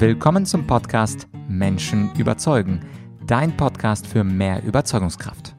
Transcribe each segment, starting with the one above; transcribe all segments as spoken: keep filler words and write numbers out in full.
Willkommen zum Podcast Menschen überzeugen, dein Podcast für mehr Überzeugungskraft.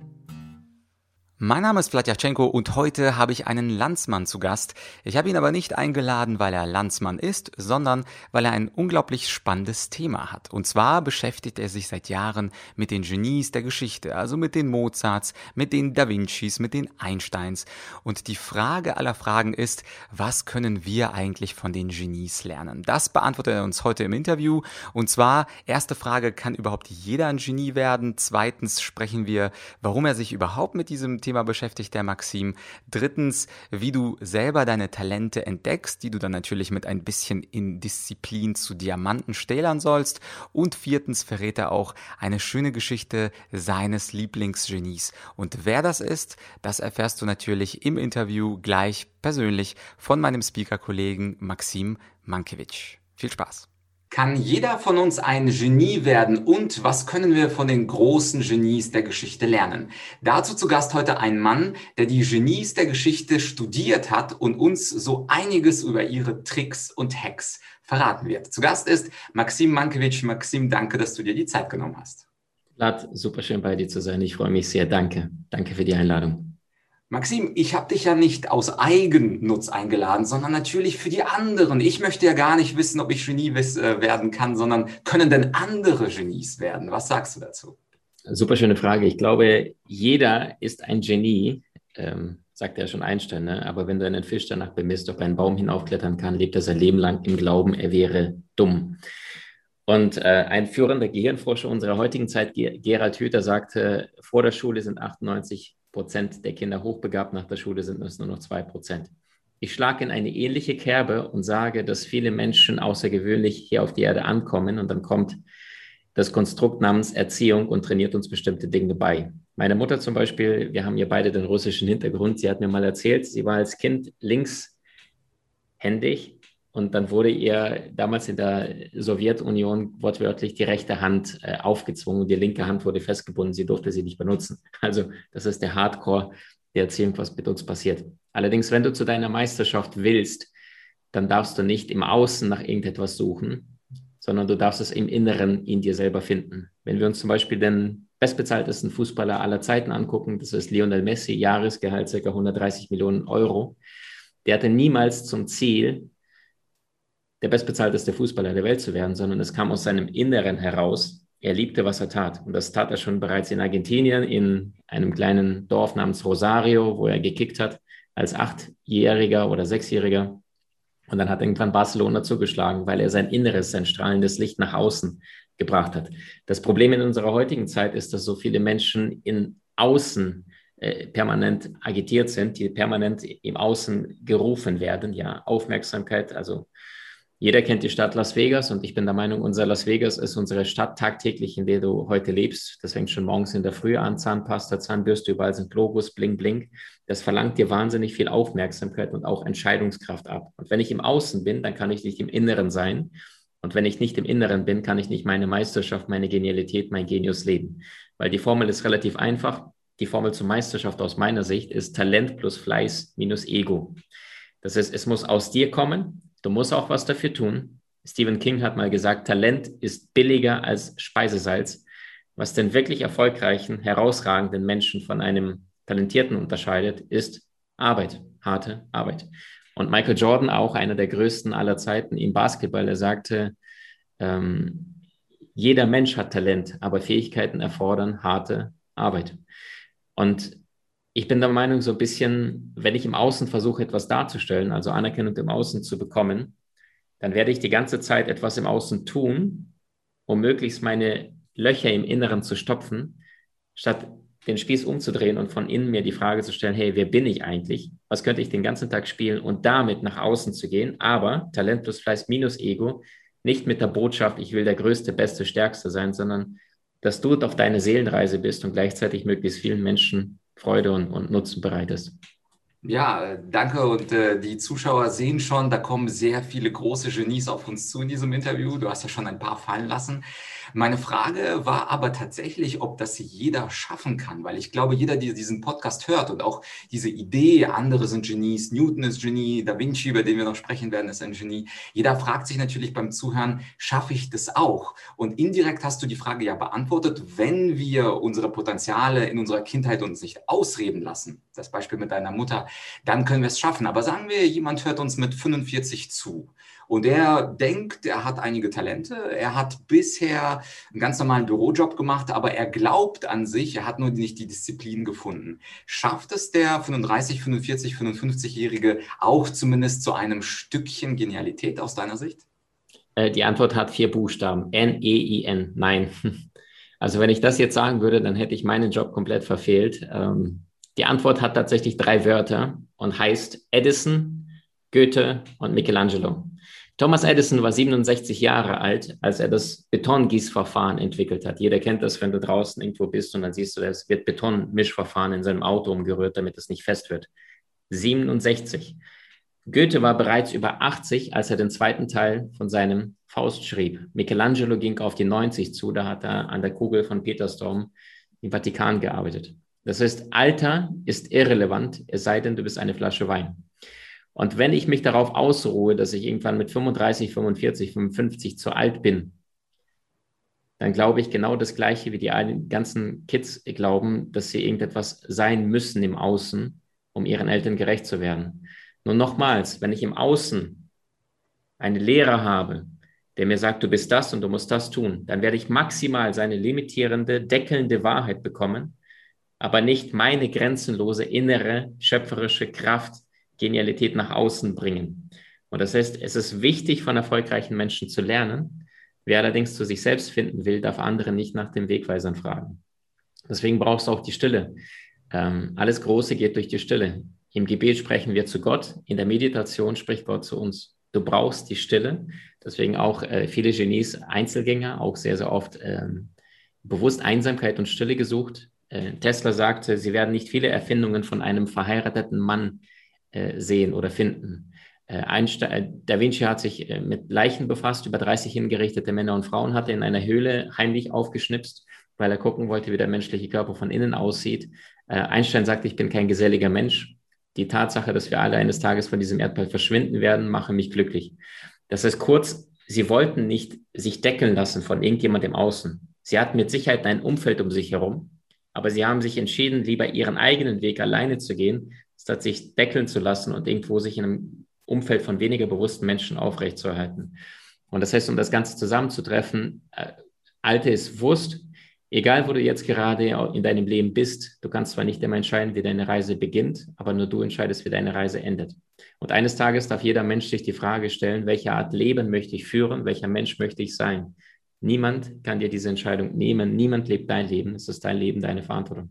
Mein Name ist Vladyachenko und heute habe ich einen Landsmann zu Gast. Ich habe ihn aber nicht eingeladen, weil er Landsmann ist, sondern weil er ein unglaublich spannendes Thema hat. Und zwar beschäftigt er sich seit Jahren mit den Genies der Geschichte, also mit den Mozarts, mit den Da Vincis, mit den Einsteins. Und die Frage aller Fragen ist, was können wir eigentlich von den Genies lernen? Das beantwortet er uns heute im Interview. Und zwar, erste Frage, kann überhaupt jeder ein Genie werden? Zweitens sprechen wir, warum er sich überhaupt mit diesem Thema beschäftigt, der Maxim. Drittens, wie du selber deine Talente entdeckst, die du dann natürlich mit ein bisschen in Disziplin zu Diamanten stählern sollst. Und viertens verrät er auch eine schöne Geschichte seines Lieblingsgenies. Und wer das ist, das erfährst du natürlich im Interview gleich persönlich von meinem Speaker-Kollegen Maxim Mankiewicz. Viel Spaß! Kann jeder von uns ein Genie werden und was können wir von den großen Genies der Geschichte lernen? Dazu zu Gast heute ein Mann, der die Genies der Geschichte studiert hat und uns so einiges über ihre Tricks und Hacks verraten wird. Zu Gast ist Maxim Mankiewicz. Maxim, danke, dass du dir die Zeit genommen hast. Vlad, super schön bei dir zu sein. Ich freue mich sehr. Danke. Danke für die Einladung. Maxim, ich habe dich ja nicht aus Eigennutz eingeladen, sondern natürlich für die anderen. Ich möchte ja gar nicht wissen, ob ich Genie werden kann, sondern können denn andere Genies werden? Was sagst du dazu? Super schöne Frage. Ich glaube, jeder ist ein Genie, ähm, sagt ja schon Einstein, ne? Aber wenn du einen Fisch danach bemisst, ob er einen Baum hinaufklettern kann, lebt er sein Leben lang im Glauben, er wäre dumm. Und äh, ein führender Gehirnforscher unserer heutigen Zeit, Gerald Hüther, sagte, vor der Schule sind achtundneunzig Prozent der Kinder hochbegabt, nach der Schule sind es nur noch zwei Prozent. Ich schlage in eine ähnliche Kerbe und sage, dass viele Menschen außergewöhnlich hier auf die Erde ankommen und dann kommt das Konstrukt namens Erziehung und trainiert uns bestimmte Dinge bei. Meine Mutter zum Beispiel, wir haben ja beide den russischen Hintergrund, sie hat mir mal erzählt, sie war als Kind linkshändig und dann wurde ihr damals in der Sowjetunion wortwörtlich die rechte Hand äh, aufgezwungen. Die linke Hand wurde festgebunden, sie durfte sie nicht benutzen. Also das ist der Hardcore der Erziehung, was mit uns passiert. Allerdings, wenn du zu deiner Meisterschaft willst, dann darfst du nicht im Außen nach irgendetwas suchen, sondern du darfst es im Inneren in dir selber finden. Wenn wir uns zum Beispiel den bestbezahltesten Fußballer aller Zeiten angucken, das ist Lionel Messi, Jahresgehalt ca. hundertdreißig Millionen Euro, der hatte niemals zum Ziel, der bestbezahlteste Fußballer der Welt zu werden, sondern es kam aus seinem Inneren heraus. Er liebte, was er tat. Und das tat er schon bereits in Argentinien, in einem kleinen Dorf namens Rosario, wo er gekickt hat, als Achtjähriger oder Sechsjähriger. Und dann hat irgendwann Barcelona zugeschlagen, weil er sein Inneres, sein strahlendes Licht nach außen gebracht hat. Das Problem in unserer heutigen Zeit ist, dass so viele Menschen in Außen äh, permanent agitiert sind, die permanent im Außen gerufen werden. Ja, Aufmerksamkeit, also jeder kennt die Stadt Las Vegas und ich bin der Meinung, unser Las Vegas ist unsere Stadt tagtäglich, in der du heute lebst. Das fängt schon morgens in der Früh an, Zahnpasta, Zahnbürste, überall sind Logos, bling, bling. Das verlangt dir wahnsinnig viel Aufmerksamkeit und auch Entscheidungskraft ab. Und wenn ich im Außen bin, dann kann ich nicht im Inneren sein. Und wenn ich nicht im Inneren bin, kann ich nicht meine Meisterschaft, meine Genialität, mein Genius leben. Weil die Formel ist relativ einfach. Die Formel zur Meisterschaft aus meiner Sicht ist Talent plus Fleiß minus Ego. Das heißt, es muss aus dir kommen. Du musst auch was dafür tun. Stephen King hat mal gesagt, Talent ist billiger als Speisesalz. Was den wirklich erfolgreichen, herausragenden Menschen von einem Talentierten unterscheidet, ist Arbeit, harte Arbeit. Und Michael Jordan, auch einer der größten aller Zeiten im Basketball, er sagte, ähm, jeder Mensch hat Talent, aber Fähigkeiten erfordern harte Arbeit. Und ich bin der Meinung, so ein bisschen, wenn ich im Außen versuche, etwas darzustellen, also Anerkennung im Außen zu bekommen, dann werde ich die ganze Zeit etwas im Außen tun, um möglichst meine Löcher im Inneren zu stopfen, statt den Spieß umzudrehen und von innen mir die Frage zu stellen, hey, wer bin ich eigentlich? Was könnte ich den ganzen Tag spielen und damit nach außen zu gehen? Aber Talent plus Fleiß minus Ego, nicht mit der Botschaft, ich will der Größte, Beste, Stärkste sein, sondern dass du auf deine Seelenreise bist und gleichzeitig möglichst vielen Menschen Freude und, und Nutzen bereitest. Ja, danke. Und äh, die Zuschauer sehen schon, da kommen sehr viele große Genies auf uns zu in diesem Interview. Du hast ja schon ein paar fallen lassen. Meine Frage war aber tatsächlich, ob das jeder schaffen kann, weil ich glaube, jeder, der diesen Podcast hört und auch diese Idee, andere sind Genies, Newton ist Genie, Da Vinci, über den wir noch sprechen werden, ist ein Genie. Jeder fragt sich natürlich beim Zuhören, schaffe ich das auch? Und indirekt hast du die Frage ja beantwortet, wenn wir unsere Potenziale in unserer Kindheit uns nicht ausreden lassen, das Beispiel mit deiner Mutter, dann können wir es schaffen. Aber sagen wir, jemand hört uns mit fünfundvierzig zu. Und er denkt, er hat einige Talente, er hat bisher einen ganz normalen Bürojob gemacht, aber er glaubt an sich, er hat nur nicht die Disziplin gefunden. Schafft es der fünfunddreißig, fünfundvierzig, fünfundfünfzig-Jährige auch zumindest zu einem Stückchen Genialität aus deiner Sicht? Äh, die Antwort hat vier Buchstaben, N E I N, nein. Also wenn ich das jetzt sagen würde, dann hätte ich meinen Job komplett verfehlt. Ähm, die Antwort hat tatsächlich drei Wörter und heißt Edison, Goethe und Michelangelo. Thomas Edison war siebenundsechzig Jahre alt, als er das Betongießverfahren entwickelt hat. Jeder kennt das, wenn du draußen irgendwo bist und dann siehst du, es wird Betonmischverfahren in seinem Auto umgerührt, damit es nicht fest wird. siebenundsechzig. Goethe war bereits über achtzig, als er den zweiten Teil von seinem Faust schrieb. Michelangelo ging auf die neunzig zu, da hat er an der Kugel von Petersdom im Vatikan gearbeitet. Das heißt, Alter ist irrelevant, es sei denn, du bist eine Flasche Wein. Und wenn ich mich darauf ausruhe, dass ich irgendwann mit fünfunddreißig, fünfundvierzig, fünfundfünfzig zu alt bin, dann glaube ich genau das Gleiche, wie die ganzen Kids glauben, dass sie irgendetwas sein müssen im Außen, um ihren Eltern gerecht zu werden. Nur nochmals, wenn ich im Außen einen Lehrer habe, der mir sagt, du bist das und du musst das tun, dann werde ich maximal seine limitierende, deckelnde Wahrheit bekommen, aber nicht meine grenzenlose innere, schöpferische Kraft, Genialität nach außen bringen. Und das heißt, es ist wichtig, von erfolgreichen Menschen zu lernen. Wer allerdings zu sich selbst finden will, darf andere nicht nach den Wegweisern fragen. Deswegen brauchst du auch die Stille. Ähm, alles Große geht durch die Stille. Im Gebet sprechen wir zu Gott, in der Meditation spricht Gott zu uns. Du brauchst die Stille. Deswegen auch äh, viele Genies, Einzelgänger, auch sehr, sehr oft ähm, bewusst Einsamkeit und Stille gesucht. Äh, Tesla sagte, sie werden nicht viele Erfindungen von einem verheirateten Mann sehen oder finden. Einstein, Da Vinci hat sich mit Leichen befasst, über dreißig hingerichtete Männer und Frauen hat er in einer Höhle heimlich aufgeschnipst, weil er gucken wollte, wie der menschliche Körper von innen aussieht. Einstein sagte, ich bin kein geselliger Mensch. Die Tatsache, dass wir alle eines Tages von diesem Erdball verschwinden werden, mache mich glücklich. Das heißt kurz, sie wollten nicht sich deckeln lassen von irgendjemand im Außen. Sie hatten mit Sicherheit ein Umfeld um sich herum, aber sie haben sich entschieden, lieber ihren eigenen Weg alleine zu gehen, statt sich deckeln zu lassen und irgendwo sich in einem Umfeld von weniger bewussten Menschen aufrechtzuerhalten. Und das heißt, um das Ganze zusammenzutreffen, äh, Alter ist Wurst, egal wo du jetzt gerade in deinem Leben bist, du kannst zwar nicht immer entscheiden, wie deine Reise beginnt, aber nur du entscheidest, wie deine Reise endet. Und eines Tages darf jeder Mensch sich die Frage stellen, welche Art Leben möchte ich führen, welcher Mensch möchte ich sein? Niemand kann dir diese Entscheidung nehmen, niemand lebt dein Leben, es ist dein Leben, deine Verantwortung.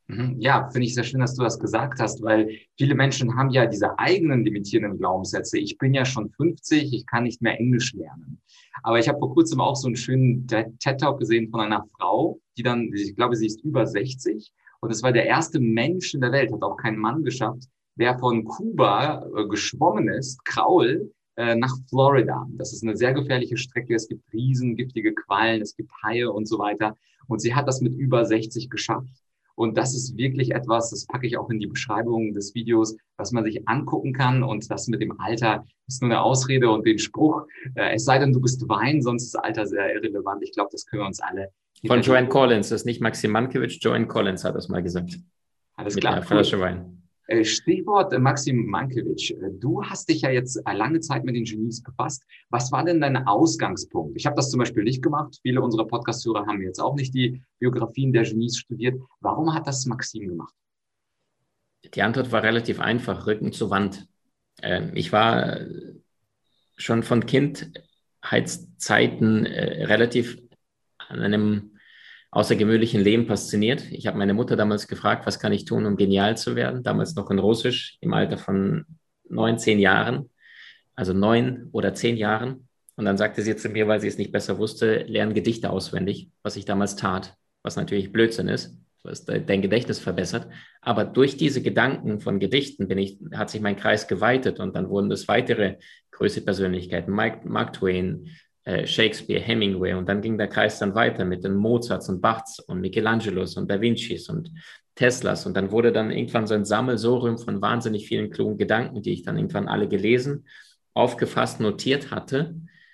Ja, finde ich sehr schön, dass du das gesagt hast, weil viele Menschen haben ja diese eigenen limitierenden Glaubenssätze. Ich bin ja schon fünfzig, ich kann nicht mehr Englisch lernen. Aber ich habe vor kurzem auch so einen schönen TED-Talk gesehen von einer Frau, die dann, ich glaube, sie ist über sechzig und es war der erste Mensch in der Welt, hat auch kein Mann geschafft, der von Kuba äh, geschwommen ist, Kraul, äh, nach Florida. Das ist eine sehr gefährliche Strecke. Es gibt riesen giftige Quallen, es gibt Haie und so weiter. Und sie hat das mit über sechzig geschafft. Und das ist wirklich etwas, das packe ich auch in die Beschreibung des Videos, was man sich angucken kann. Und das mit dem Alter ist nur eine Ausrede und den Spruch, äh, es sei denn, du bist Wein, sonst ist Alter sehr irrelevant. Ich glaube, das können wir uns alle... Von Joanne Collins, das ist nicht Maxim Mankiewicz, Joanne Collins hat das mal gesagt. Alles mit klar. Einer Flasche cool. Wein. Stichwort Maxim Mankiewicz. Du hast dich ja jetzt lange Zeit mit den Genies befasst. Was war denn dein Ausgangspunkt? Ich habe das zum Beispiel nicht gemacht. Viele unserer Podcast-Hörer haben jetzt auch nicht die Biografien der Genies studiert. Warum hat das Maxim gemacht? Die Antwort war relativ einfach, Rücken zur Wand. Ich war schon von Kindheitszeiten relativ an einem außergewöhnlichen Leben fasziniert. Ich habe meine Mutter damals gefragt, was kann ich tun, um genial zu werden? Damals noch in Russisch, im Alter von neun, zehn Jahren, also neun oder zehn Jahren. Und dann sagte sie zu mir, weil sie es nicht besser wusste, lern Gedichte auswendig, was ich damals tat, was natürlich Blödsinn ist, was dein Gedächtnis verbessert. Aber durch diese Gedanken von Gedichten bin ich, hat sich mein Kreis geweitet und dann wurden es weitere größere Persönlichkeiten, Mike, Mark Twain, äh, Shakespeare, Hemingway und dann ging der Kreis dann weiter mit den Mozarts und Bachs und Michelangelos und Da Vincis und Teslas und dann wurde dann irgendwann so ein Sammelsurium von wahnsinnig vielen klugen Gedanken, die ich dann irgendwann alle gelesen, aufgefasst, notiert hatte.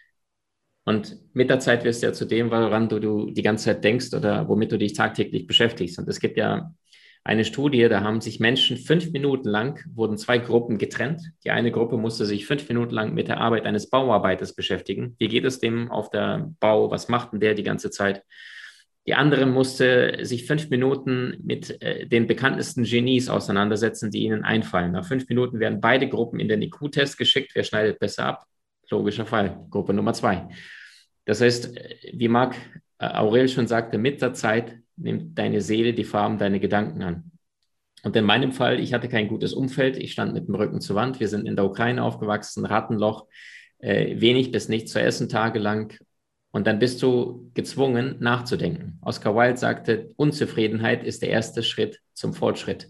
Und mit der Zeit wirst du ja zu dem, woran du, du die ganze Zeit denkst oder womit du dich tagtäglich beschäftigst. Und es gibt ja eine Studie, da haben sich Menschen fünf Minuten lang, wurden zwei Gruppen getrennt. Die eine Gruppe musste sich fünf Minuten lang mit der Arbeit eines Bauarbeiters beschäftigen. Wie geht es dem auf der Bau? Was macht denn der die ganze Zeit? Die andere musste sich fünf Minuten mit äh, den bekanntesten Genies auseinandersetzen, die ihnen einfallen. Nach fünf Minuten werden beide Gruppen in den I Q-Test geschickt. Wer schneidet besser ab? Logischer Fall, Gruppe Nummer zwei. Das heißt, wie Marc Aurel schon sagte, mit der Zeit nimmt deine Seele die Farben deiner Gedanken an. Und in meinem Fall, ich hatte kein gutes Umfeld, ich stand mit dem Rücken zur Wand, wir sind in der Ukraine aufgewachsen, Rattenloch, äh, wenig bis nichts zu essen tagelang. Und dann bist du gezwungen, nachzudenken. Oscar Wilde sagte, Unzufriedenheit ist der erste Schritt zum Fortschritt.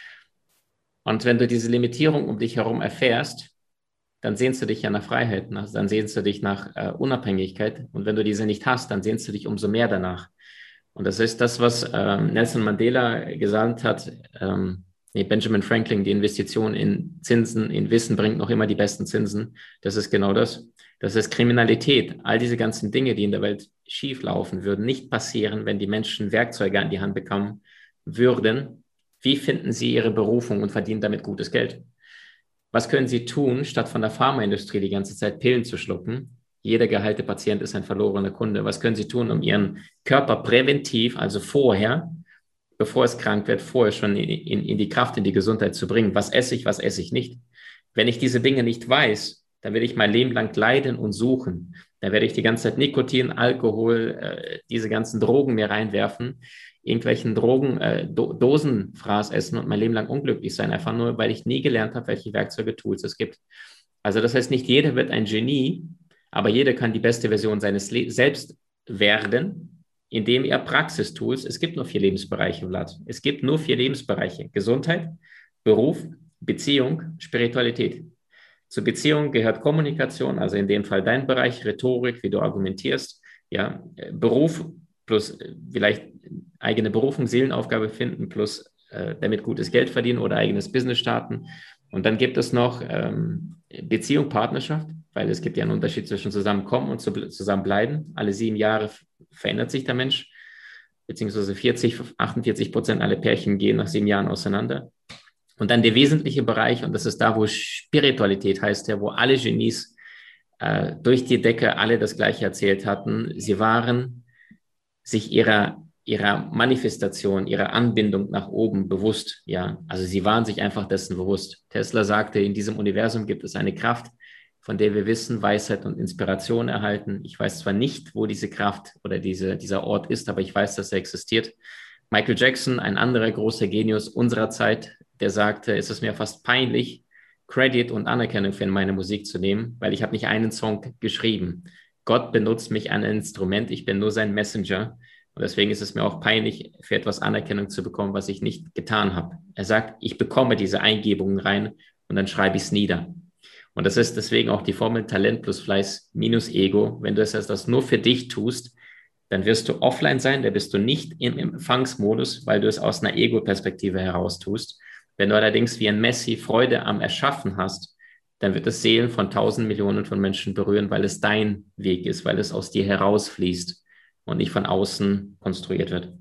Und wenn du diese Limitierung um dich herum erfährst, dann sehnst du dich ja nach Freiheit, dann sehnst du dich nach äh, Unabhängigkeit. Und wenn du diese nicht hast, dann sehnst du dich umso mehr danach. Und das ist das, was ähm, Nelson Mandela gesagt hat, ähm, nee, Benjamin Franklin, die Investition in Zinsen, in Wissen bringt noch immer die besten Zinsen. Das ist genau das. Das ist Kriminalität. All diese ganzen Dinge, die in der Welt schief laufen, würden nicht passieren, wenn die Menschen Werkzeuge an die Hand bekommen würden. Wie finden sie ihre Berufung und verdienen damit gutes Geld? Was können sie tun, statt von der Pharmaindustrie die ganze Zeit Pillen zu schlucken? Jeder geheilte Patient ist ein verlorener Kunde. Was können sie tun, um ihren Körper präventiv, also vorher, bevor es krank wird, vorher schon in, in, in die Kraft, in die Gesundheit zu bringen? Was esse ich, was esse ich nicht? Wenn ich diese Dinge nicht weiß, dann werde ich mein Leben lang leiden und suchen. Dann werde ich die ganze Zeit Nikotin, Alkohol, äh, diese ganzen Drogen mir reinwerfen, irgendwelchen Drogen, äh, Do- Dosenfraß essen und mein Leben lang unglücklich sein, einfach nur, weil ich nie gelernt habe, welche Werkzeuge, Tools es gibt. Also das heißt, nicht jeder wird ein Genie, aber jeder kann die beste Version seines Le- Selbst werden, indem er Praxistools, es gibt nur vier Lebensbereiche, Vlad. Es gibt nur vier Lebensbereiche. Gesundheit, Beruf, Beziehung, Spiritualität. Zur Beziehung gehört Kommunikation, also in dem Fall dein Bereich, Rhetorik, wie du argumentierst, ja, Beruf plus vielleicht eigene Berufung, Seelenaufgabe finden, plus äh, damit gutes Geld verdienen oder eigenes Business starten. Und dann gibt es noch ähm, Beziehung, Partnerschaft, weil es gibt ja einen Unterschied zwischen zusammenkommen und zu, zusammenbleiben. Alle sieben Jahre verändert sich der Mensch, beziehungsweise vierzig, achtundvierzig Prozent aller Pärchen gehen nach sieben Jahren auseinander. Und dann der wesentliche Bereich, und das ist da, wo Spiritualität heißt, ja, wo alle Genies äh, durch die Decke alle das Gleiche erzählt hatten. Sie waren sich ihrer, ihrer Manifestation, ihrer Anbindung nach oben bewusst. Ja, also sie waren sich einfach dessen bewusst. Tesla sagte, in diesem Universum gibt es eine Kraft, von der wir Wissen, Weisheit und Inspiration erhalten. Ich weiß zwar nicht, wo diese Kraft oder diese, dieser Ort ist, aber ich weiß, dass er existiert. Michael Jackson, ein anderer großer Genius unserer Zeit, der sagte, es ist mir fast peinlich, Credit und Anerkennung für meine Musik zu nehmen, weil ich habe nicht einen Song geschrieben. Gott benutzt mich als ein Instrument, ich bin nur sein Messenger. Und deswegen ist es mir auch peinlich, für etwas Anerkennung zu bekommen, was ich nicht getan habe. Er sagt, ich bekomme diese Eingebungen rein und dann schreibe ich es nieder. Und das ist deswegen auch die Formel Talent plus Fleiß minus Ego. Wenn du es das nur für dich tust, dann wirst du offline sein, da bist du nicht im Empfangsmodus, weil du es aus einer Ego-Perspektive heraus tust. Wenn du allerdings wie ein Messi Freude am Erschaffen hast, dann wird es Seelen von tausend Millionen von Menschen berühren, weil es dein Weg ist, weil es aus dir herausfließt und nicht von außen konstruiert wird.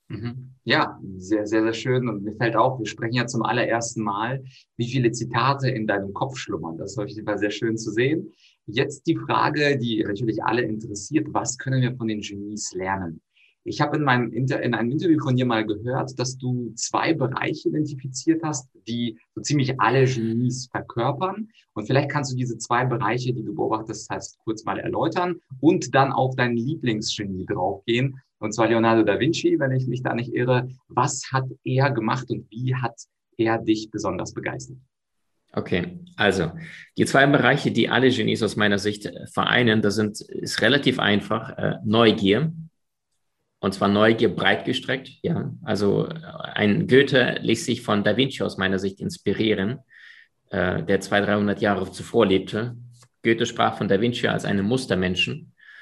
Ja, sehr, sehr, sehr schön. Und mir fällt auf, wir sprechen ja zum allerersten Mal, wie viele Zitate in deinem Kopf schlummern. Das ist auf jeden Fall sehr schön zu sehen. Jetzt die Frage, die natürlich alle interessiert: Was können wir von den Genies lernen? Ich habe in meinem Inter in einem Interview von dir mal gehört, dass du zwei Bereiche identifiziert hast, die so ziemlich alle Genies verkörpern. Und vielleicht kannst du diese zwei Bereiche, die du beobachtest hast, kurz mal erläutern und dann auf dein Lieblingsgenie draufgehen. Und zwar Leonardo da Vinci, wenn ich mich da nicht irre. Was hat er gemacht und wie hat er dich besonders begeistert? Okay, also die zwei Bereiche, die alle Genies aus meiner Sicht vereinen, das sind, ist relativ einfach. Äh, Neugier, und zwar Neugier breit gestreckt. Ja, also ein Goethe ließ sich von Da Vinci aus meiner Sicht inspirieren, äh, der zweihundert, dreihundert Jahre zuvor lebte. Goethe sprach von Da Vinci als einem Mustermenschen.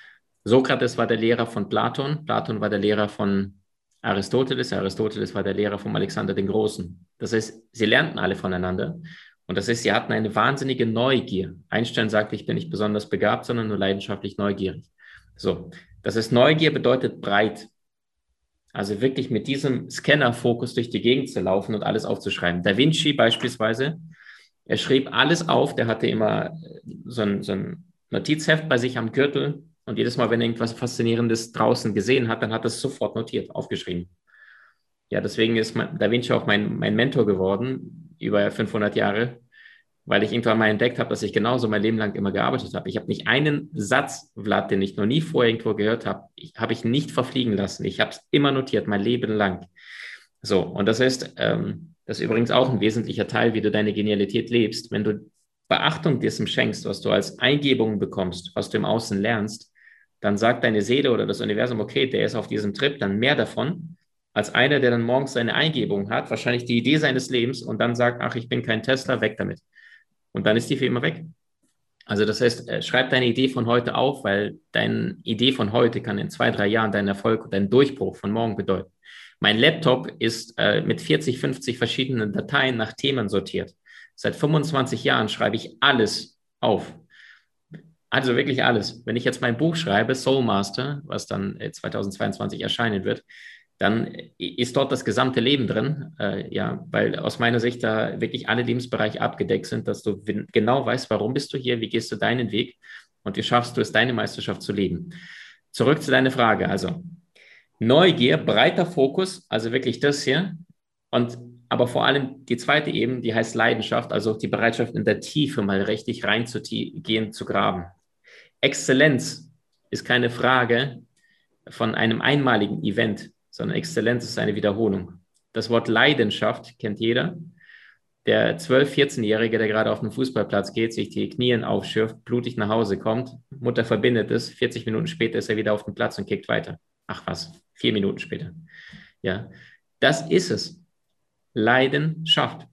Sokrates war der Lehrer von Platon, Platon war der Lehrer von Aristoteles, Aristoteles war der Lehrer von Alexander den Großen. Das heißt, sie lernten alle voneinander und das heißt, sie hatten eine wahnsinnige Neugier. Einstein sagte, ich bin nicht besonders begabt, sondern nur leidenschaftlich neugierig. So, das heißt, Neugier bedeutet breit. Also wirklich mit diesem Scanner-Fokus durch die Gegend zu laufen und alles aufzuschreiben. Da Vinci beispielsweise, er schrieb alles auf, der hatte immer so ein, so ein Notizheft bei sich am Gürtel und jedes Mal, wenn er irgendwas Faszinierendes draußen gesehen hat, dann hat er es sofort notiert, aufgeschrieben. Ja, deswegen ist Da Vinci auch mein, mein Mentor geworden, über fünfhundert Jahre, weil ich irgendwann mal entdeckt habe, dass ich genauso mein Leben lang immer gearbeitet habe. Ich habe nicht einen Satz, Vlad, den ich noch nie vorher irgendwo gehört habe, ich, habe ich nicht verfliegen lassen. Ich habe es immer notiert, mein Leben lang. So, und das heißt, ähm, das ist übrigens auch ein wesentlicher Teil, wie du deine Genialität lebst. Wenn du Beachtung diesem schenkst, was du als Eingebung bekommst, was du im Außen lernst, dann sagt deine Seele oder das Universum, okay, der ist auf diesem Trip, dann mehr davon, als einer, der dann morgens seine Eingebung hat, wahrscheinlich die Idee seines Lebens und dann sagt, ach, ich bin kein Tesla, weg damit. Und dann ist die für immer weg. Also das heißt, äh, schreib deine Idee von heute auf, weil deine Idee von heute kann in zwei, drei Jahren deinen Erfolg und deinen Durchbruch von morgen bedeuten. Mein Laptop ist äh, mit vierzig, fünfzig verschiedenen Dateien nach Themen sortiert. Seit fünfundzwanzig Jahren schreibe ich alles auf. Also wirklich alles. Wenn ich jetzt mein Buch schreibe, Soul Master, was dann äh, zweitausendzweiundzwanzig erscheinen wird, dann ist dort das gesamte Leben drin, äh, ja, weil aus meiner Sicht da wirklich alle Lebensbereiche abgedeckt sind, dass du genau weißt, warum bist du hier, wie gehst du deinen Weg und wie schaffst du es, deine Meisterschaft zu leben. Zurück zu deiner Frage, also Neugier, breiter Fokus, also wirklich das hier und aber vor allem die zweite Ebene, die heißt Leidenschaft, also die Bereitschaft in der Tiefe mal richtig reinzugehen, zu graben. Exzellenz ist keine Frage von einem einmaligen Event, sondern Exzellenz ist eine Wiederholung. Das Wort Leidenschaft kennt jeder. Der zwölf-, vierzehnjährige, der gerade auf den Fußballplatz geht, sich die Knien aufschürft, blutig nach Hause kommt, Mutter verbindet es, vierzig Minuten später ist er wieder auf dem Platz und kickt weiter. Ach was, vier Minuten später. Ja, das ist es. Leidenschaft.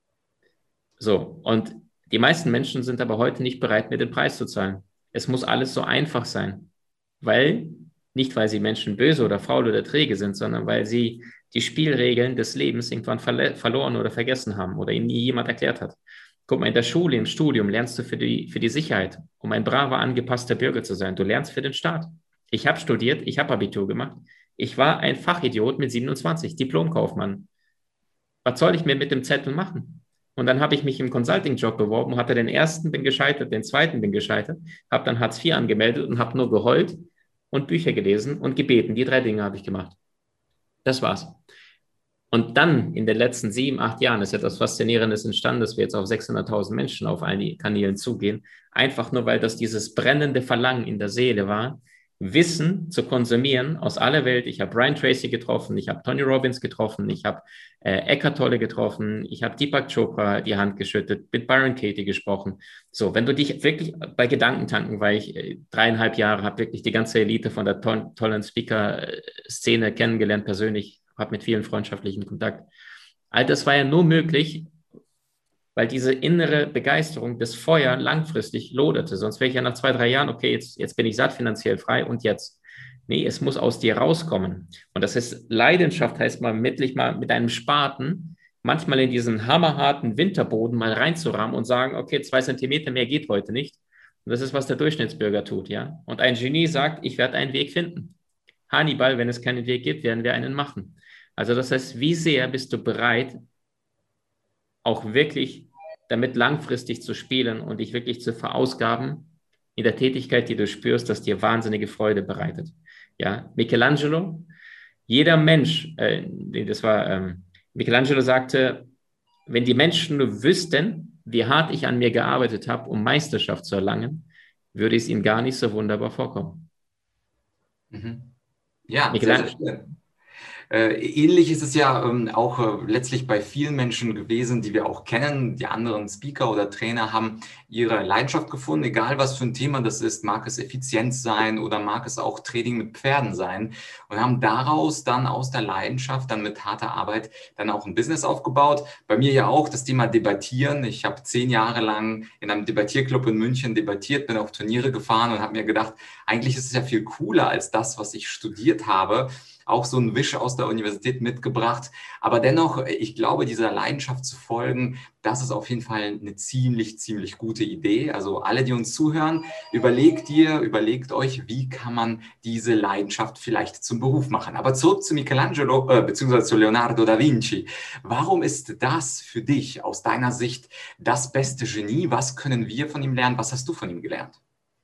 So, und die meisten Menschen sind aber heute nicht bereit, mir den Preis zu zahlen. Es muss alles so einfach sein, weil nicht, weil sie Menschen böse oder faul oder träge sind, sondern weil sie die Spielregeln des Lebens irgendwann verle- verloren oder vergessen haben oder ihnen nie jemand erklärt hat. Guck mal, in der Schule, im Studium lernst du für die, für die Sicherheit, um ein braver, angepasster Bürger zu sein. Du lernst für den Staat. Ich habe studiert, ich habe Abitur gemacht. Ich war ein Fachidiot mit siebenundzwanzig, Diplomkaufmann. Was soll ich mir mit dem Zettel machen? Und dann habe ich mich im Consulting-Job beworben, hatte den ersten, bin gescheitert, den zweiten bin gescheitert, habe dann Hartz vier angemeldet und habe nur geheult und Bücher gelesen und gebeten. Die drei Dinge habe ich gemacht. Das war's. Und dann in den letzten sieben, acht Jahren ist etwas Faszinierendes entstanden, dass wir jetzt auf sechshunderttausend Menschen auf allen Kanälen zugehen. Einfach nur, weil das dieses brennende Verlangen in der Seele war, Wissen zu konsumieren aus aller Welt. Ich habe Brian Tracy getroffen, ich habe Tony Robbins getroffen, ich habe äh, Eckhart Tolle getroffen, ich habe Deepak Chopra die Hand geschüttet, mit Byron Katie gesprochen. So, wenn du dich wirklich bei Gedankentanken, weil ich äh, dreieinhalb Jahre habe wirklich die ganze Elite von der to- tollen Speaker-Szene kennengelernt persönlich, habe mit vielen freundschaftlichen Kontakt. All das war ja nur möglich, weil diese innere Begeisterung, das Feuer langfristig loderte. Sonst wäre ich ja nach zwei, drei Jahren, okay, jetzt, jetzt bin ich satt, finanziell frei und jetzt. Nee, es muss aus dir rauskommen. Und das ist Leidenschaft, heißt mal, mittlich mal mit einem Spaten manchmal in diesen hammerharten Winterboden mal reinzurahmen und sagen, okay, zwei Zentimeter mehr geht heute nicht. Und das ist, was der Durchschnittsbürger tut, ja. Und ein Genie sagt, ich werde einen Weg finden. Hannibal, wenn es keinen Weg gibt, werden wir einen machen. Also das heißt, wie sehr bist du bereit, auch wirklich damit langfristig zu spielen und dich wirklich zu verausgaben in der Tätigkeit, die du spürst, dass dir wahnsinnige Freude bereitet. Ja, Michelangelo, jeder Mensch, äh, das war, ähm, Michelangelo sagte, wenn die Menschen nur wüssten, wie hart ich an mir gearbeitet habe, um Meisterschaft zu erlangen, würde es ihnen gar nicht so wunderbar vorkommen. Mhm. Ja, sehr, sehr Michelangelo, schön. Äh, ähnlich ist es ja ähm, auch äh, letztlich bei vielen Menschen gewesen, die wir auch kennen. Die anderen Speaker oder Trainer haben ihre Leidenschaft gefunden, egal was für ein Thema das ist. Mag es Effizienz sein oder mag es auch Training mit Pferden sein und haben daraus dann aus der Leidenschaft dann mit harter Arbeit dann auch ein Business aufgebaut. Bei mir ja auch das Thema Debattieren. Ich habe zehn Jahre lang in einem Debattierclub in München debattiert, bin auf Turniere gefahren und habe mir gedacht, eigentlich ist es ja viel cooler als das, was ich studiert habe. Auch so ein Wisch aus der Universität mitgebracht. Aber dennoch, ich glaube, dieser Leidenschaft zu folgen, das ist auf jeden Fall eine ziemlich, ziemlich gute Idee. Also alle, die uns zuhören, überlegt ihr, überlegt euch, wie kann man diese Leidenschaft vielleicht zum Beruf machen. Aber zurück zu Michelangelo, äh, beziehungsweise zu Leonardo da Vinci. Warum ist das für dich aus deiner Sicht das beste Genie? Was können wir von ihm lernen? Was hast du von ihm gelernt?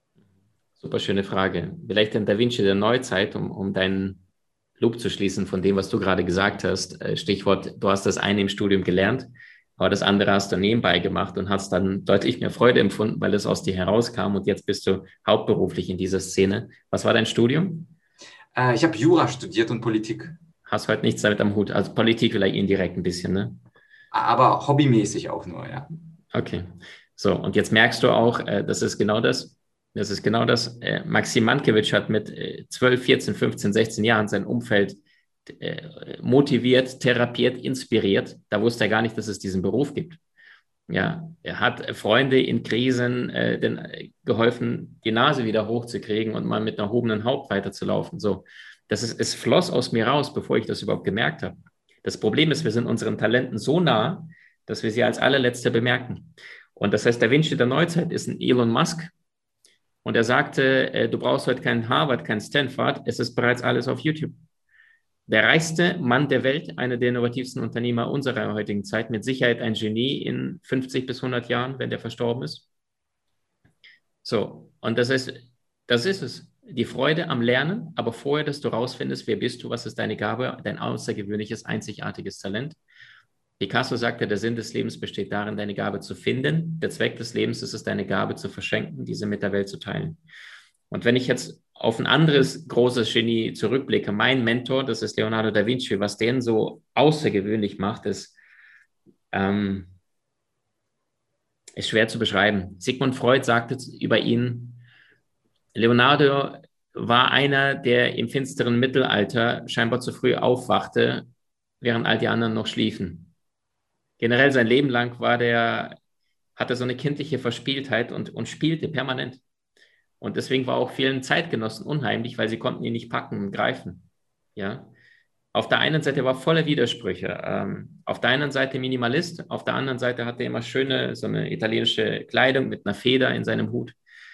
Super schöne Frage. Vielleicht ein Da Vinci der Neuzeit, um, um deinen Loop zu schließen von dem, was du gerade gesagt hast. Stichwort, du hast das eine im Studium gelernt, aber das andere hast du nebenbei gemacht und hast dann deutlich mehr Freude empfunden, weil es aus dir herauskam und jetzt bist du hauptberuflich in dieser Szene. Was war dein Studium? Äh, ich habe Jura studiert und Politik. Hast heute nichts damit am Hut. Also Politik vielleicht indirekt ein bisschen, ne? Aber hobbymäßig auch nur, ja. Okay. So, und jetzt merkst du auch, äh, das ist genau das, das ist genau das. Äh, Maxim Mankiewicz hat mit äh, zwölf, vierzehn, fünfzehn, sechzehn Jahren sein Umfeld äh, motiviert, therapiert, inspiriert. Da wusste er gar nicht, dass es diesen Beruf gibt. Ja, er hat Freunde in Krisen äh, den, äh, geholfen, die Nase wieder hochzukriegen und mal mit erhobenem Haupt weiterzulaufen. So, das ist, es floss aus mir raus, bevor ich das überhaupt gemerkt habe. Das Problem ist, wir sind unseren Talenten so nah, dass wir sie als allerletzte bemerken. Und das heißt, Da Vinci der Neuzeit ist ein Elon Musk. Und er sagte, äh, du brauchst heute kein Harvard, kein Stanford, es ist bereits alles auf YouTube. Der reichste Mann der Welt, einer der innovativsten Unternehmer unserer heutigen Zeit, mit Sicherheit ein Genie in fünfzig bis hundert Jahren, wenn der verstorben ist. So, und das ist, das ist es. Die Freude am Lernen, aber vorher, dass du rausfindest, wer bist du, was ist deine Gabe, dein außergewöhnliches, einzigartiges Talent. Picasso sagte, der Sinn des Lebens besteht darin, deine Gabe zu finden. Der Zweck des Lebens ist es, deine Gabe zu verschenken, diese mit der Welt zu teilen. Und wenn ich jetzt auf ein anderes großes Genie zurückblicke, mein Mentor, das ist Leonardo da Vinci, was den so außergewöhnlich macht, ist, ähm, ist schwer zu beschreiben. Sigmund Freud sagte über ihn, Leonardo war einer, der im finsteren Mittelalter scheinbar zu früh aufwachte, während all die anderen noch schliefen. Generell sein Leben lang war der, hatte so eine kindliche Verspieltheit und, und spielte permanent. Und deswegen war auch vielen Zeitgenossen unheimlich, weil sie konnten ihn nicht packen und greifen. Ja. Auf der einen Seite war voller Widersprüche. Ähm, auf der einen Seite Minimalist, auf der anderen Seite hatte er immer schöne, so eine italienische Kleidung mit einer Feder in seinem Hut.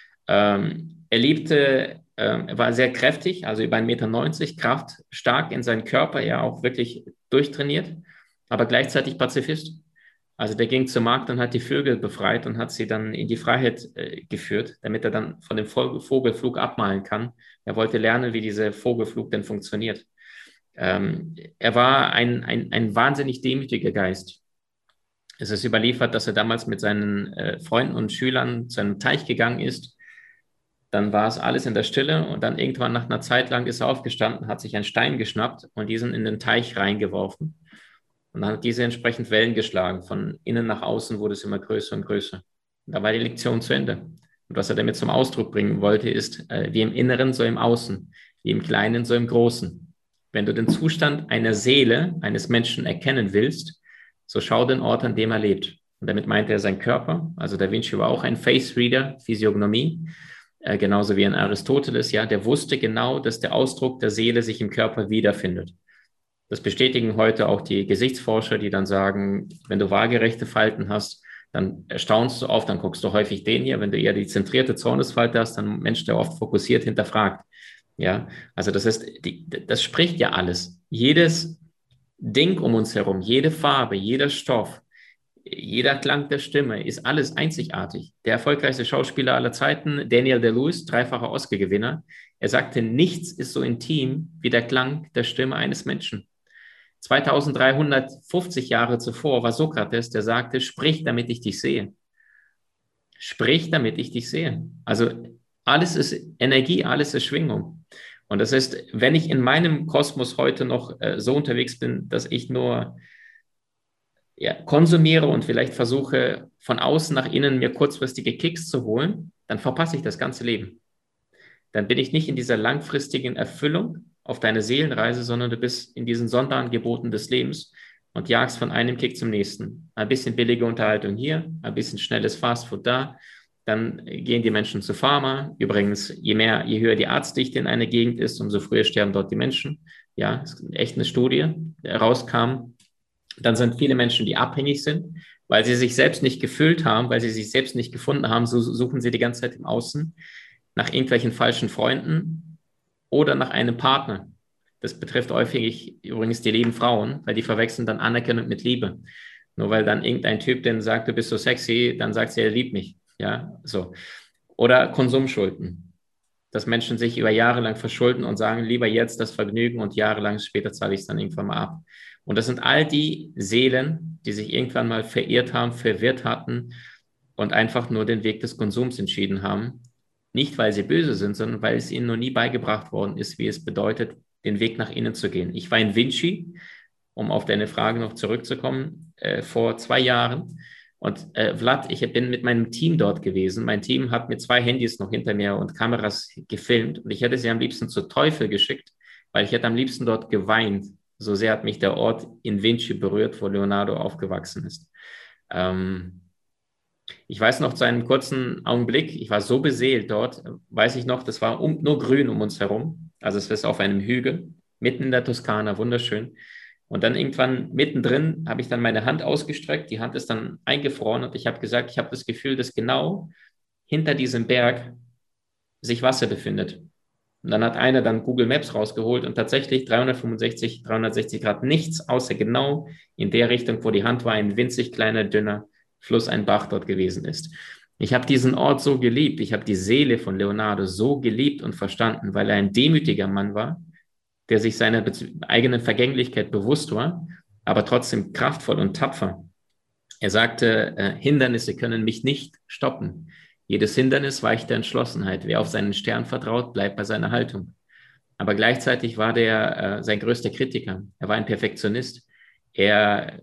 Ähm, er liebte, ähm, er war sehr kräftig, also über ein Meter neunzig, Kraft, stark in seinem Körper, ja auch wirklich durchtrainiert, aber gleichzeitig Pazifist. Also der ging zum Markt und hat die Vögel befreit und hat sie dann in die Freiheit äh, geführt, damit er dann von dem Vogelflug abmalen kann. Er wollte lernen, wie dieser Vogelflug denn funktioniert. Ähm, er war ein, ein, ein wahnsinnig demütiger Geist. Es ist überliefert, dass er damals mit seinen äh, Freunden und Schülern zu einem Teich gegangen ist. Dann war es alles in der Stille und dann irgendwann nach einer Zeit lang ist er aufgestanden, hat sich einen Stein geschnappt und diesen in den Teich reingeworfen. Und dann hat diese entsprechend Wellen geschlagen. Von innen nach außen wurde es immer größer und größer. Und da war die Lektion zu Ende. Und was er damit zum Ausdruck bringen wollte, ist, äh, wie im Inneren, so im Außen, wie im Kleinen, so im Großen. Wenn du den Zustand einer Seele, eines Menschen erkennen willst, so schau den Ort, an dem er lebt. Und damit meinte er seinen Körper. Also Da Vinci war auch ein Face-Reader, Physiognomie, äh, genauso wie ein Aristoteles. Ja, der wusste genau, dass der Ausdruck der Seele sich im Körper wiederfindet. Das bestätigen heute auch die Gesichtsforscher, die dann sagen, wenn du waagerechte Falten hast, dann erstaunst du oft, dann guckst du häufig den hier. Wenn du eher die zentrierte Zornesfalte hast, dann ein Mensch, der oft fokussiert hinterfragt. Ja, also das heißt, die, das spricht ja alles. Jedes Ding um uns herum, jede Farbe, jeder Stoff, jeder Klang der Stimme ist alles einzigartig. Der erfolgreichste Schauspieler aller Zeiten, Daniel Day-Lewis, dreifacher Oscar-Gewinner, er sagte, nichts ist so intim wie der Klang der Stimme eines Menschen. zweitausenddreihundertfünfzig Jahre zuvor war Sokrates, der sagte, sprich, damit ich dich sehe. Sprich, damit ich dich sehe. Also alles ist Energie, alles ist Schwingung. Und das ist, wenn ich in meinem Kosmos heute noch äh, so unterwegs bin, dass ich nur ja, konsumiere und vielleicht versuche, von außen nach innen mir kurzfristige Kicks zu holen, dann verpasse ich das ganze Leben. Dann bin ich nicht in dieser langfristigen Erfüllung auf deine Seelenreise, sondern du bist in diesen Sonderangeboten des Lebens und jagst von einem Kick zum nächsten. Ein bisschen billige Unterhaltung hier, ein bisschen schnelles Fastfood da, dann gehen die Menschen zu Pharma. Übrigens, je mehr, je höher die Arztdichte in einer Gegend ist, umso früher sterben dort die Menschen. Ja, das ist echt eine Studie, die rauskam. Dann sind viele Menschen, die abhängig sind, weil sie sich selbst nicht gefüllt haben, weil sie sich selbst nicht gefunden haben, so suchen sie die ganze Zeit im Außen nach irgendwelchen falschen Freunden oder nach einem Partner. Das betrifft häufig übrigens die lieben Frauen, weil die verwechseln dann Anerkennung mit Liebe. Nur weil dann irgendein Typ dann sagt, du bist so sexy, dann sagt sie, er liebt mich. Ja, so. Oder Konsumschulden, dass Menschen sich über Jahre lang verschulden und sagen, lieber jetzt das Vergnügen und jahrelang später zahle ich es dann irgendwann mal ab. Und das sind all die Seelen, die sich irgendwann mal verirrt haben, verwirrt hatten und einfach nur den Weg des Konsums entschieden haben. Nicht, weil sie böse sind, sondern weil es ihnen noch nie beigebracht worden ist, wie es bedeutet, den Weg nach innen zu gehen. Ich war in Vinci, um auf deine Frage noch zurückzukommen, äh, vor zwei Jahren. Und äh, Vlad, ich bin mit meinem Team dort gewesen. Mein Team hat mit zwei Handys noch hinter mir und Kameras gefilmt. Und ich hätte sie am liebsten zu Teufel geschickt, weil ich hätte am liebsten dort geweint. So sehr hat mich der Ort in Vinci berührt, wo Leonardo aufgewachsen ist. Ähm, ich weiß noch zu einem kurzen Augenblick, ich war so beseelt dort, weiß ich noch, das war um, nur grün um uns herum. Also es ist auf einem Hügel, mitten in der Toskana, wunderschön. Und dann irgendwann mittendrin habe ich dann meine Hand ausgestreckt, die Hand ist dann eingefroren und ich habe gesagt, ich habe das Gefühl, dass genau hinter diesem Berg sich Wasser befindet. Und dann hat einer dann Google Maps rausgeholt und tatsächlich dreihundertfünfundsechzig, dreihundertsechzig Grad nichts, außer genau in der Richtung, wo die Hand war, ein winzig kleiner, dünner Fluss, ein Bach dort gewesen ist. Ich habe diesen Ort so geliebt, ich habe die Seele von Leonardo so geliebt und verstanden, weil er ein demütiger Mann war, der sich seiner eigenen Vergänglichkeit bewusst war, aber trotzdem kraftvoll und tapfer. Er sagte, äh, Hindernisse können mich nicht stoppen. Jedes Hindernis weicht der Entschlossenheit. Wer auf seinen Stern vertraut, bleibt bei seiner Haltung. Aber gleichzeitig war der äh, sein größter Kritiker. Er war ein Perfektionist. Er,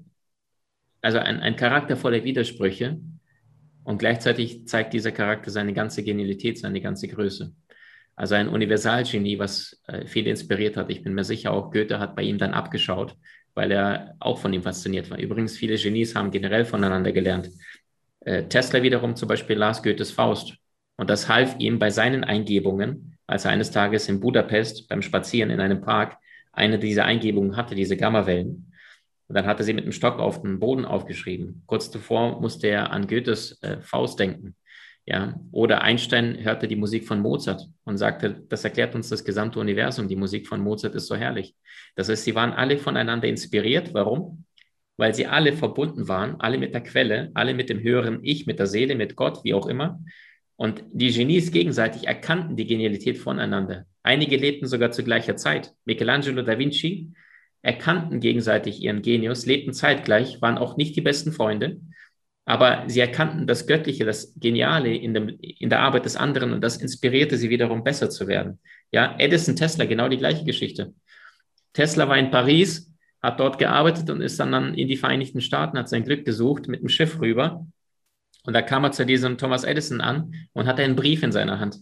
also ein, ein Charakter voller Widersprüche. Und gleichzeitig zeigt dieser Charakter seine ganze Genialität, seine ganze Größe. Also ein Universalgenie, was äh, viele inspiriert hat. Ich bin mir sicher, auch Goethe hat bei ihm dann abgeschaut, weil er auch von ihm fasziniert war. Übrigens, viele Genies haben generell voneinander gelernt. Äh, Tesla wiederum zum Beispiel las Goethes Faust. Und das half ihm bei seinen Eingebungen, als er eines Tages in Budapest beim Spazieren in einem Park eine dieser Eingebungen hatte, diese Gammawellen. Und dann hat er sie mit dem Stock auf den Boden aufgeschrieben. Kurz zuvor musste er an Goethes äh, Faust denken. Ja, oder Einstein hörte die Musik von Mozart und sagte, das erklärt uns das gesamte Universum. Die Musik von Mozart ist so herrlich. Das heißt, sie waren alle voneinander inspiriert. Warum? Weil sie alle verbunden waren, alle mit der Quelle, alle mit dem höheren Ich, mit der Seele, mit Gott, wie auch immer. Und die Genies gegenseitig erkannten die Genialität voneinander. Einige lebten sogar zu gleicher Zeit. Michelangelo da Vinci erkannten gegenseitig ihren Genius, lebten zeitgleich, waren auch nicht die besten Freunde. Aber sie erkannten das Göttliche, das Geniale in, dem, in der Arbeit des anderen und das inspirierte sie wiederum, besser zu werden. Ja, Edison, Tesla, genau die gleiche Geschichte. Tesla war in Paris, hat dort gearbeitet und ist dann in die Vereinigten Staaten, hat sein Glück gesucht, mit dem Schiff rüber. Und da kam er zu diesem Thomas Edison an und hatte einen Brief in seiner Hand.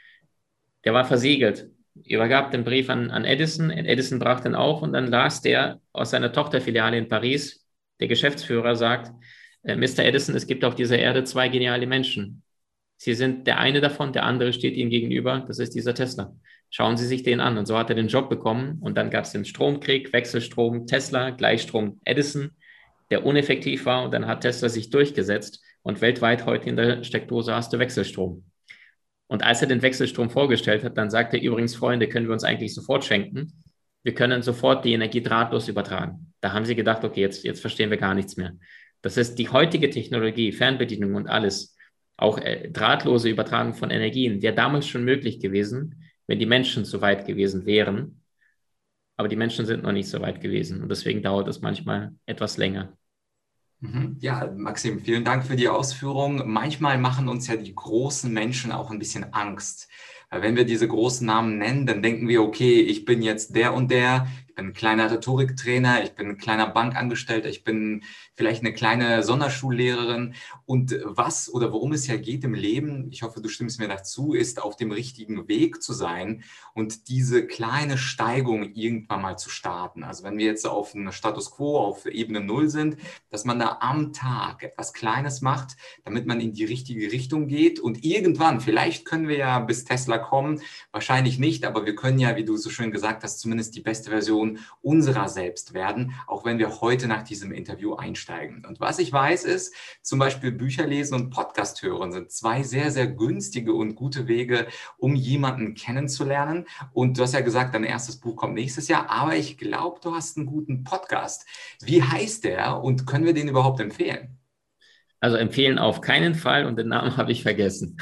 Der war versiegelt, übergab den Brief an, an Edison. Edison brach den auf und dann las der aus seiner Tochterfiliale in Paris. Der Geschäftsführer sagt, Mister Edison, es gibt auf dieser Erde zwei geniale Menschen. Sie sind der eine davon, der andere steht Ihnen gegenüber, das ist dieser Tesla. Schauen Sie sich den an. Und so hat er den Job bekommen und dann gab es den Stromkrieg, Wechselstrom, Tesla, Gleichstrom, Edison, der uneffektiv war und dann hat Tesla sich durchgesetzt und weltweit heute in der Steckdose hast du Wechselstrom. Und als er den Wechselstrom vorgestellt hat, dann sagte er übrigens, Freunde, können wir uns eigentlich sofort schenken. Wir können sofort die Energie drahtlos übertragen. Da haben sie gedacht, okay, jetzt, jetzt verstehen wir gar nichts mehr. Das ist die heutige Technologie, Fernbedienung und alles, auch äh, drahtlose Übertragung von Energien, wäre damals schon möglich gewesen, wenn die Menschen so weit gewesen wären. Aber die Menschen sind noch nicht so weit gewesen und deswegen dauert es manchmal etwas länger. Ja, Maxim, vielen Dank für die Ausführung. Manchmal machen uns ja die großen Menschen auch ein bisschen Angst. Weil wenn wir diese großen Namen nennen, dann denken wir, okay, ich bin jetzt der und der, ich bin ein kleiner Rhetoriktrainer, ich bin ein kleiner Bankangestellter, ich bin vielleicht eine kleine Sonderschullehrerin. Und was oder worum es ja geht im Leben, ich hoffe, du stimmst mir dazu, ist auf dem richtigen Weg zu sein und diese kleine Steigung irgendwann mal zu starten. Also wenn wir jetzt auf einem Status Quo, auf Ebene Null sind, dass man da am Tag etwas Kleines macht, damit man in die richtige Richtung geht. Und irgendwann, vielleicht können wir ja bis Tesla kommen, wahrscheinlich nicht, aber wir können ja, wie du so schön gesagt hast, zumindest die beste Version unserer selbst werden, auch wenn wir heute nach diesem Interview einsteigen. Und was ich weiß ist, zum Beispiel Bücher lesen und Podcast hören sind zwei sehr, sehr günstige und gute Wege, um jemanden kennenzulernen. Und du hast ja gesagt, dein erstes Buch kommt nächstes Jahr, aber ich glaube, du hast einen guten Podcast. Wie heißt der und können wir den überhaupt empfehlen? Also empfehlen auf keinen Fall und den Namen habe ich vergessen.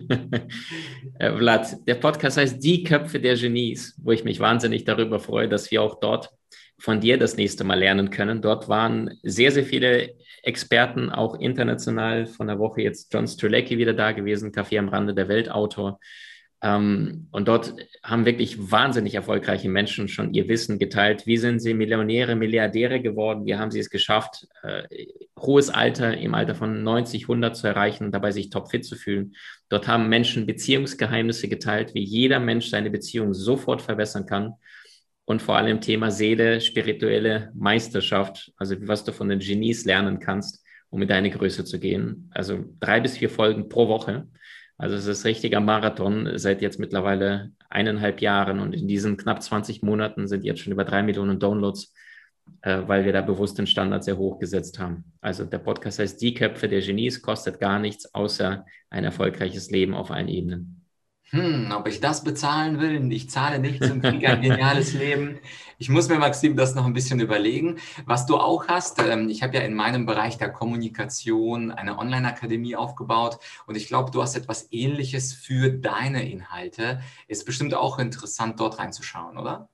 äh, Vlad, der Podcast heißt Die Köpfe der Genies, wo ich mich wahnsinnig darüber freue, dass wir auch dort von dir das nächste Mal lernen können. Dort waren sehr, sehr viele Experten, auch international, von der Woche jetzt John Strzelecki wieder da gewesen, Kaffee am Rande, der Weltautor. Ähm, und dort haben wirklich wahnsinnig erfolgreiche Menschen schon ihr Wissen geteilt. Wie sind sie Millionäre, Milliardäre geworden? Wie haben sie es geschafft, äh, hohes Alter im Alter von neunzig, hundert zu erreichen und dabei sich topfit zu fühlen? Dort haben Menschen Beziehungsgeheimnisse geteilt, wie jeder Mensch seine Beziehung sofort verbessern kann. Und vor allem Thema Seele, spirituelle Meisterschaft, also was du von den Genies lernen kannst, um in deine Größe zu gehen. Also drei bis vier Folgen pro Woche. Also es ist richtiger Marathon seit jetzt mittlerweile eineinhalb Jahren und in diesen knapp zwanzig Monaten sind jetzt schon über drei Millionen Downloads, äh, weil wir da bewusst den Standard sehr hoch gesetzt haben. Also der Podcast heißt Die Köpfe der Genies, kostet gar nichts, außer ein erfolgreiches Leben auf allen Ebenen. Hm, ob ich das bezahlen will? Ich zahle nichts und kriege ein geniales Leben. Ich muss mir, Maxim, das noch ein bisschen überlegen. Was du auch hast, ähm, ich habe ja in meinem Bereich der Kommunikation eine Online-Akademie aufgebaut und ich glaube, du hast etwas Ähnliches für deine Inhalte. Ist bestimmt auch interessant, dort reinzuschauen, oder?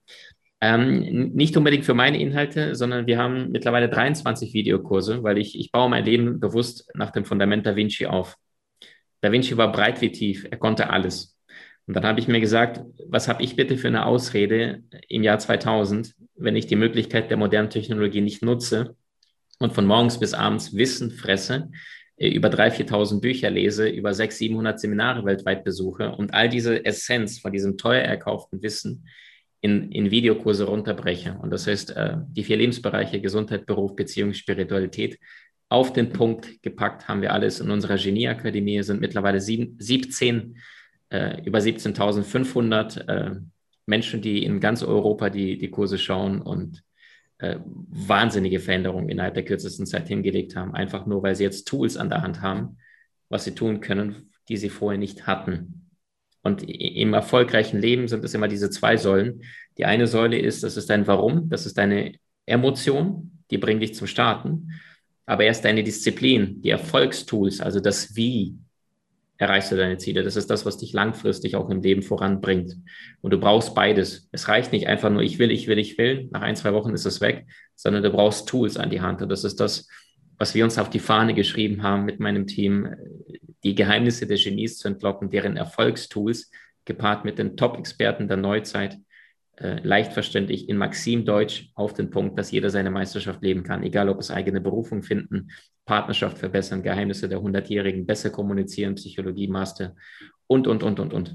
Ähm, nicht unbedingt für meine Inhalte, sondern wir haben mittlerweile dreiundzwanzig Videokurse, weil ich, ich baue mein Leben bewusst nach dem Fundament Da Vinci auf. Da Vinci war breit wie tief, er konnte alles. Und dann habe ich mir gesagt, was habe ich bitte für eine Ausrede im Jahr zweitausend, wenn ich die Möglichkeit der modernen Technologie nicht nutze und von morgens bis abends Wissen fresse, über dreitausend, viertausend Bücher lese, über sechshundert, siebenhundert Seminare weltweit besuche und all diese Essenz von diesem teuer erkauften Wissen in, in Videokurse runterbreche. Und das heißt, die vier Lebensbereiche Gesundheit, Beruf, Beziehung, Spiritualität auf den Punkt gepackt haben wir alles in unserer Genieakademie, sind mittlerweile sieben, siebzehn Äh, über siebzehntausendfünfhundert äh, Menschen, die in ganz Europa die, die Kurse schauen und äh, wahnsinnige Veränderungen innerhalb der kürzesten Zeit hingelegt haben, einfach nur, weil sie jetzt Tools an der Hand haben, was sie tun können, die sie vorher nicht hatten. Und im erfolgreichen Leben sind es immer diese zwei Säulen. Die eine Säule ist, das ist dein Warum, das ist deine Emotion, die bringt dich zum Starten, aber erst deine Disziplin, die Erfolgstools, also das Wie, erreichst du deine Ziele. Das ist das, was dich langfristig auch im Leben voranbringt. Und du brauchst beides. Es reicht nicht einfach nur, ich will, ich will, ich will. Nach ein, zwei Wochen ist es weg, sondern du brauchst Tools an die Hand. Und das ist das, was wir uns auf die Fahne geschrieben haben mit meinem Team, die Geheimnisse der Genies zu entlocken, deren Erfolgstools gepaart mit den Top-Experten der Neuzeit äh, leicht verständlich in Maxim-Deutsch auf den Punkt, dass jeder seine Meisterschaft leben kann, egal ob es eigene Berufung finden, Partnerschaft verbessern, Geheimnisse der hundertjährigen, besser kommunizieren, Psychologie, Master und, und, und, und, und.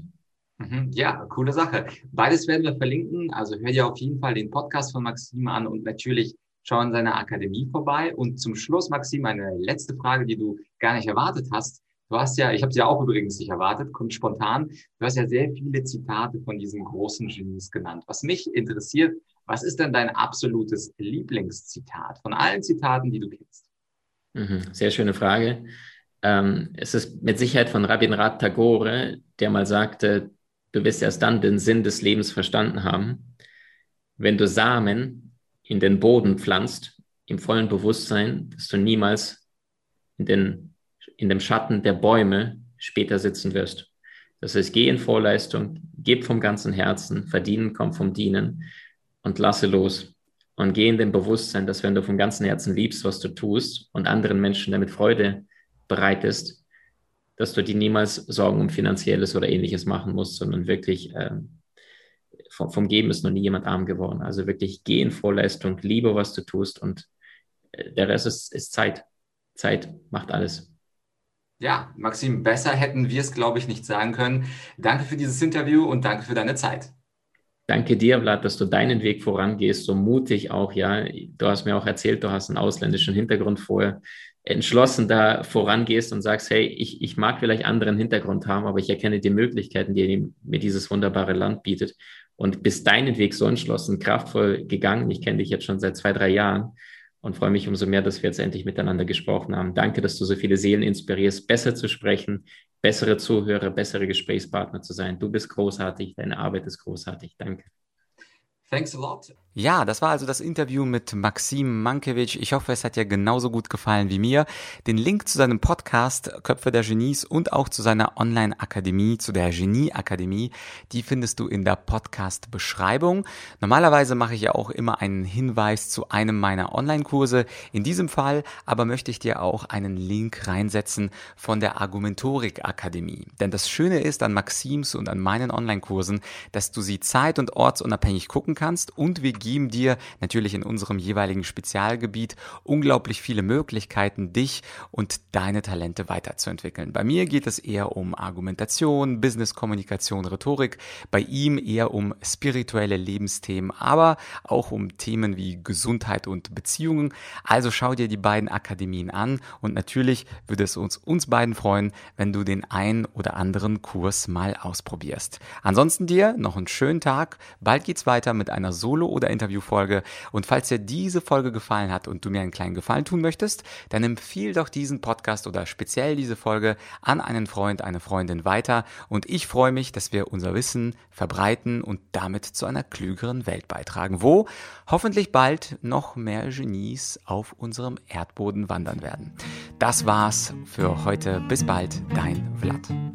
Ja, coole Sache. Beides werden wir verlinken. Also hör dir auf jeden Fall den Podcast von Maxim an und natürlich schau in seiner Akademie vorbei. Und zum Schluss, Maxim, eine letzte Frage, die du gar nicht erwartet hast. Du hast ja, ich habe sie ja auch übrigens nicht erwartet, kommt spontan. Du hast ja sehr viele Zitate von diesen großen Genies genannt. Was mich interessiert, was ist denn dein absolutes Lieblingszitat von allen Zitaten, die du kennst? Mhm, sehr schöne Frage. Ähm, es ist mit Sicherheit von Rabindranath Tagore, der mal sagte, du wirst erst dann den Sinn des Lebens verstanden haben, wenn du Samen in den Boden pflanzt, im vollen Bewusstsein, dass du niemals in, den, in dem Schatten der Bäume später sitzen wirst. Das heißt, geh in Vorleistung, gib vom ganzen Herzen, verdienen kommt vom Dienen und lasse los. Und geh in dem Bewusstsein, dass wenn du vom ganzen Herzen liebst, was du tust und anderen Menschen damit Freude bereitest, dass du dir niemals Sorgen um Finanzielles oder Ähnliches machen musst, sondern wirklich ähm, vom, vom Geben ist noch nie jemand arm geworden. Also wirklich geh in Vorleistung, liebe, was du tust und äh, der Rest ist, ist Zeit. Zeit macht alles. Ja, Maxim, besser hätten wir es, glaube ich, nicht sagen können. Danke für dieses Interview und danke für deine Zeit. Danke dir, Vlad, dass du deinen Weg vorangehst, so mutig auch, ja. Du hast mir auch erzählt, du hast einen ausländischen Hintergrund vorher, entschlossen da vorangehst und sagst, hey, ich, ich mag vielleicht anderen Hintergrund haben, aber ich erkenne die Möglichkeiten, die mir dieses wunderbare Land bietet und bist deinen Weg so entschlossen, kraftvoll gegangen. Ich kenne dich jetzt schon seit zwei, drei Jahren und freue mich umso mehr, dass wir jetzt endlich miteinander gesprochen haben. Danke, dass du so viele Seelen inspirierst, besser zu sprechen, bessere Zuhörer, bessere Gesprächspartner zu sein. Du bist großartig, deine Arbeit ist großartig. Danke. Thanks a lot. Ja, das war also das Interview mit Maxim Mankiewicz. Ich hoffe, es hat dir genauso gut gefallen wie mir. Den Link zu seinem Podcast Köpfe der Genies und auch zu seiner Online-Akademie, zu der Genie-Akademie, die findest du in der Podcast-Beschreibung. Normalerweise mache ich ja auch immer einen Hinweis zu einem meiner Online-Kurse. In diesem Fall aber möchte ich dir auch einen Link reinsetzen von der Argumentorik-Akademie. Denn das Schöne ist an Maxims und an meinen Online-Kursen, dass du sie zeit- und ortsunabhängig gucken kannst und wir geben dir natürlich in unserem jeweiligen Spezialgebiet unglaublich viele Möglichkeiten, dich und deine Talente weiterzuentwickeln. Bei mir geht es eher um Argumentation, Business-Kommunikation, Rhetorik, bei ihm eher um spirituelle Lebensthemen, aber auch um Themen wie Gesundheit und Beziehungen. Also schau dir die beiden Akademien an und natürlich würde es uns, uns beiden freuen, wenn du den einen oder anderen Kurs mal ausprobierst. Ansonsten dir noch einen schönen Tag. Bald geht's weiter mit einer Solo- oder Interviewfolge. Und falls dir diese Folge gefallen hat und du mir einen kleinen Gefallen tun möchtest, dann empfiehl doch diesen Podcast oder speziell diese Folge an einen Freund, eine Freundin weiter. Und ich freue mich, dass wir unser Wissen verbreiten und damit zu einer klügeren Welt beitragen, wo hoffentlich bald noch mehr Genies auf unserem Erdboden wandern werden. Das war's für heute. Bis bald, dein Vlad.